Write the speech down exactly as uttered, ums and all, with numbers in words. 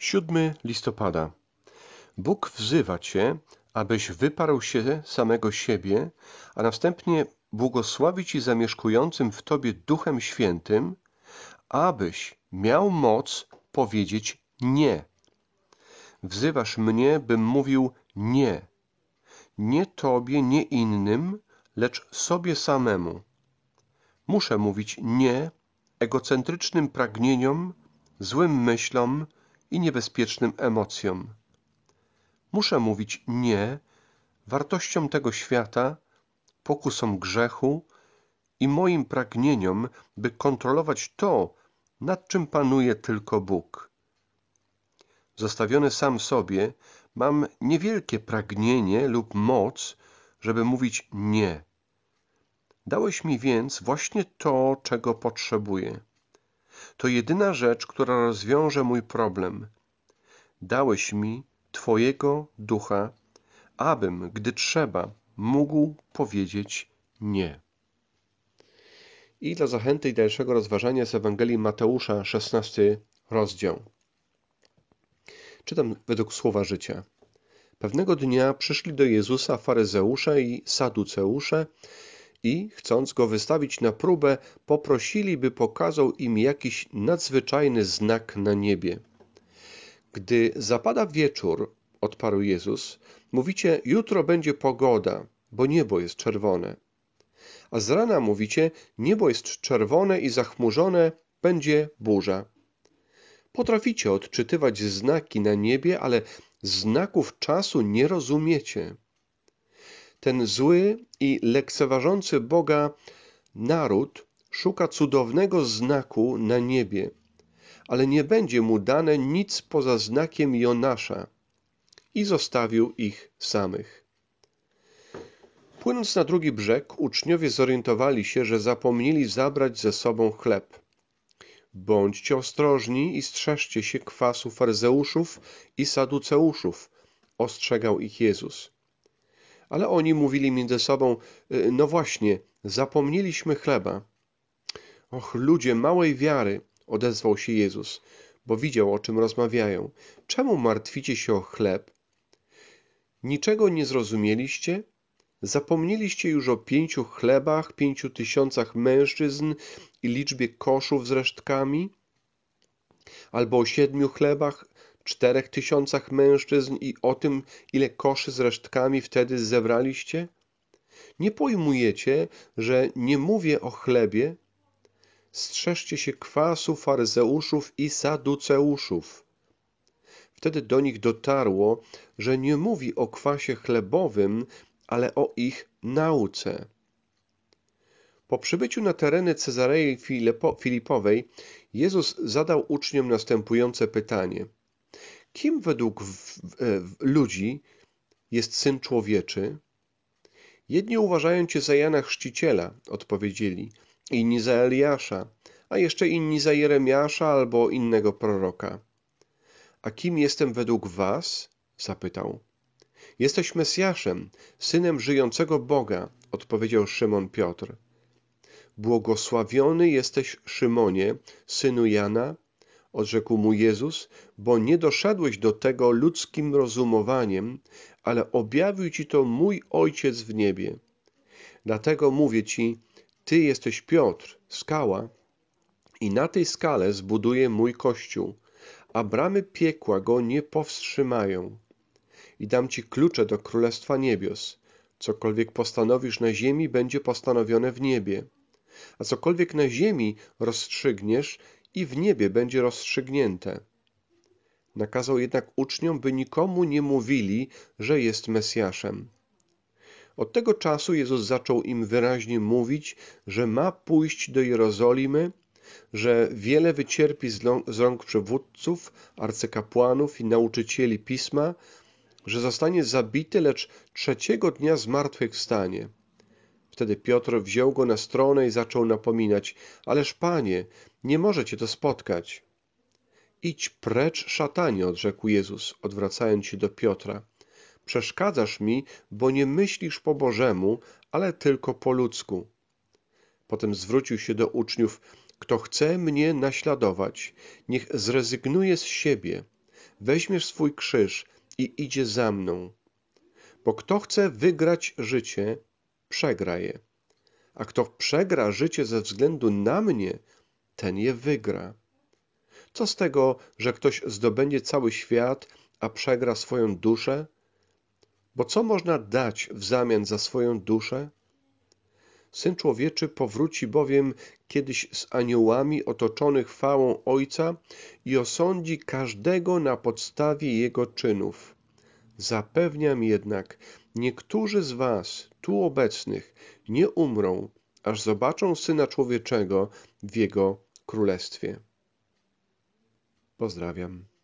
siódmego listopada. Bóg wzywa Cię, abyś wyparł się samego siebie, a następnie błogosławi Ci zamieszkującym w Tobie Duchem Świętym, abyś miał moc powiedzieć nie. Wzywasz mnie, bym mówił nie. Nie Tobie, nie innym, lecz sobie samemu. Muszę mówić nie egocentrycznym pragnieniom, złym myślom i niebezpiecznym emocjom. Muszę mówić nie wartościom tego świata, pokusom grzechu i moim pragnieniom, by kontrolować to, nad czym panuje tylko Bóg. Zostawiony sam sobie, mam niewielkie pragnienie lub moc, żeby mówić nie. Dałeś mi więc właśnie to, czego potrzebuję. To jedyna rzecz, która rozwiąże mój problem. Dałeś mi Twojego Ducha, abym, gdy trzeba, mógł powiedzieć nie. I dla zachęty i dalszego rozważania z Ewangelii Mateusza, szesnasty rozdział. Czytam według słowa życia. Pewnego dnia przyszli do Jezusa faryzeusze i saduceusze i, chcąc go wystawić na próbę, poprosili, by pokazał im jakiś nadzwyczajny znak na niebie. Gdy zapada wieczór, odparł Jezus, mówicie, jutro będzie pogoda, bo niebo jest czerwone. A z rana mówicie, niebo jest czerwone i zachmurzone, będzie burza. Potraficie odczytywać znaki na niebie, ale znaków czasu nie rozumiecie. Ten zły i lekceważący Boga naród szuka cudownego znaku na niebie, ale nie będzie mu dane nic poza znakiem Jonasza i zostawił ich samych. Płynąc na drugi brzeg, uczniowie zorientowali się, że zapomnieli zabrać ze sobą chleb. Bądźcie ostrożni i strzeżcie się kwasu faryzeuszów i saduceuszów, ostrzegał ich Jezus. Ale oni mówili między sobą, no właśnie, zapomnieliśmy chleba. Och, ludzie małej wiary, odezwał się Jezus, bo widział, o czym rozmawiają. Czemu martwicie się o chleb? Niczego nie zrozumieliście? Zapomnieliście już o pięciu chlebach, pięciu tysiącach mężczyzn i liczbie koszów z resztkami? Albo o siedmiu chlebach, czterech tysiącach mężczyzn i o tym, ile koszy z resztkami wtedy zebraliście? Nie pojmujecie, że nie mówię o chlebie? Strzeżcie się kwasu faryzeuszów i saduceuszów. Wtedy do nich dotarło, że nie mówi o kwasie chlebowym, ale o ich nauce. Po przybyciu na tereny Cezarei Filipowej Jezus zadał uczniom następujące pytanie. Kim według w, w, ludzi jest Syn Człowieczy? Jedni uważają Cię za Jana Chrzciciela, odpowiedzieli, inni za Eliasza, a jeszcze inni za Jeremiasza albo innego proroka. A kim jestem według was? Zapytał. Jesteś Mesjaszem, Synem żyjącego Boga, odpowiedział Szymon Piotr. Błogosławiony jesteś, Szymonie, synu Jana, odrzekł mu Jezus, bo nie doszedłeś do tego ludzkim rozumowaniem, ale objawił ci to mój Ojciec w niebie. Dlatego mówię ci, ty jesteś Piotr, skała, i na tej skale zbuduję mój Kościół, a bramy piekła go nie powstrzymają. I dam ci klucze do Królestwa Niebios. Cokolwiek postanowisz na ziemi, będzie postanowione w niebie. A cokolwiek na ziemi rozstrzygniesz, i w niebie będzie rozstrzygnięte. Nakazał jednak uczniom, by nikomu nie mówili, że jest Mesjaszem. Od tego czasu Jezus zaczął im wyraźnie mówić, że ma pójść do Jerozolimy, że wiele wycierpi z rąk przywódców, arcykapłanów i nauczycieli Pisma, że zostanie zabity, lecz trzeciego dnia zmartwychwstanie. Wtedy Piotr wziął go na stronę i zaczął napominać. Ależ Panie, nie może cię to spotkać. Idź precz, szatanie, odrzekł Jezus, odwracając się do Piotra. Przeszkadzasz mi, bo nie myślisz po Bożemu, ale tylko po ludzku. Potem zwrócił się do uczniów. Kto chce mnie naśladować, niech zrezygnuje z siebie, weźmiesz swój krzyż i idzie za mną. Bo kto chce wygrać życie, przegra je. A kto przegra życie ze względu na mnie, ten je wygra. Co z tego, że ktoś zdobędzie cały świat, a przegra swoją duszę? Bo co można dać w zamian za swoją duszę? Syn Człowieczy powróci bowiem kiedyś z aniołami otoczony chwałą Ojca i osądzi każdego na podstawie jego czynów. Zapewniam jednak, niektórzy z was, tu obecnych, nie umrą, aż zobaczą Syna Człowieczego w Jego Królestwie. Pozdrawiam.